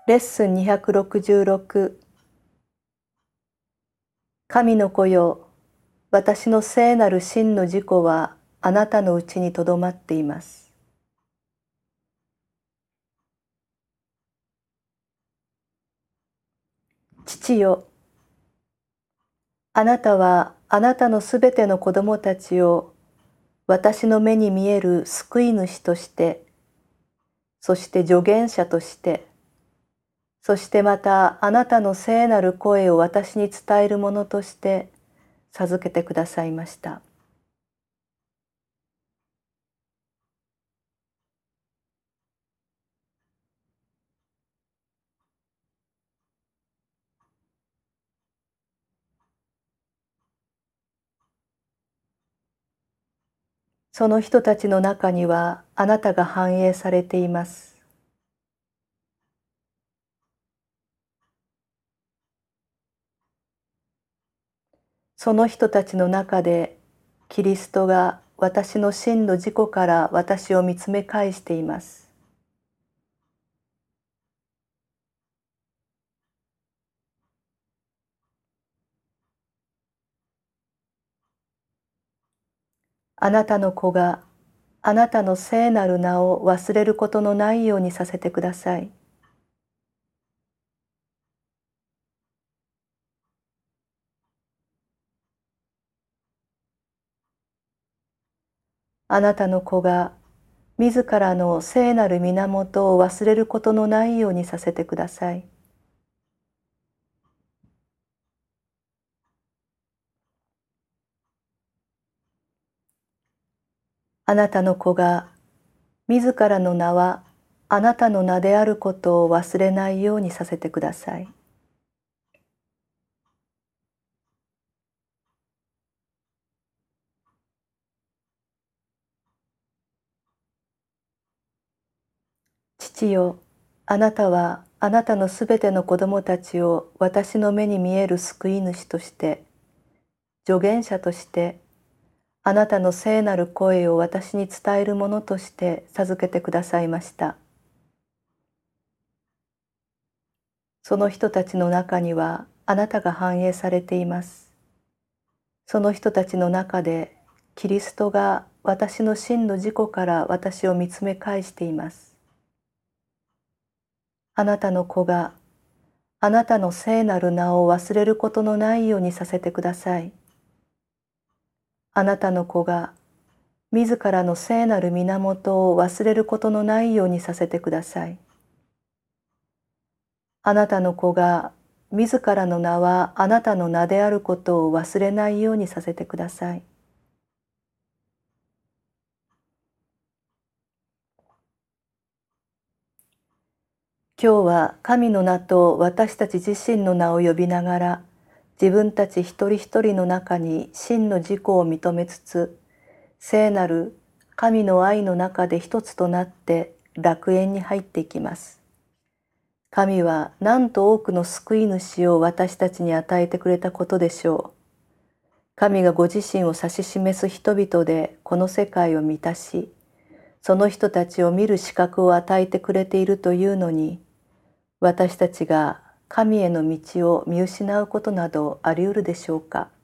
レッスン266。神の子よ、私の聖なる真の自己はあなたのうちにとどまっています。父よ、あなたはあなたのすべての子供たちを私の目に見える救い主として、そして助言者として、そしてまたあなたの聖なる声を私に伝えるものとして授けてくださいました。その人たちの中にはあなたが反映されています。その人たちの中でキリストが私の真の自己から私を見つめ返しています。あなたの子があなたの聖なる名を忘れることのないようにさせてください。あなたの子が自らの聖なる源を忘れることのないようにさせてください。あなたの子が自らの名はあなたの名であることを忘れないようにさせてください。父よ、あなたはあなたのすべての子供たちを私の目に見える救い主として、助言者として、あなたの聖なる声を私に伝えるものとして授けてくださいました。その人たちの中にはあなたが反映されています。その人たちの中でキリストが私の真の自己から私を見つめ返しています。あなたの子があなたの聖なる名を忘れることのないようにさせてください。あなたの子が自らの聖なる源を忘れることのないようにさせてください。あなたの子が自らの名はあなたの名であることを忘れないようにさせてください。今日は神の名と私たち自身の名を呼びながら、自分たち一人一人の中に真の自己を認めつつ、聖なる神の愛の中で一つとなって楽園に入っていきます。神はなんと多くの救い主を私たちに与えてくれたことでしょう。神がご自身を指し示す人々でこの世界を満たし、その人たちを見る資格を与えてくれているというのに、私たちが神への道を見失うことなどあり得るでしょうか。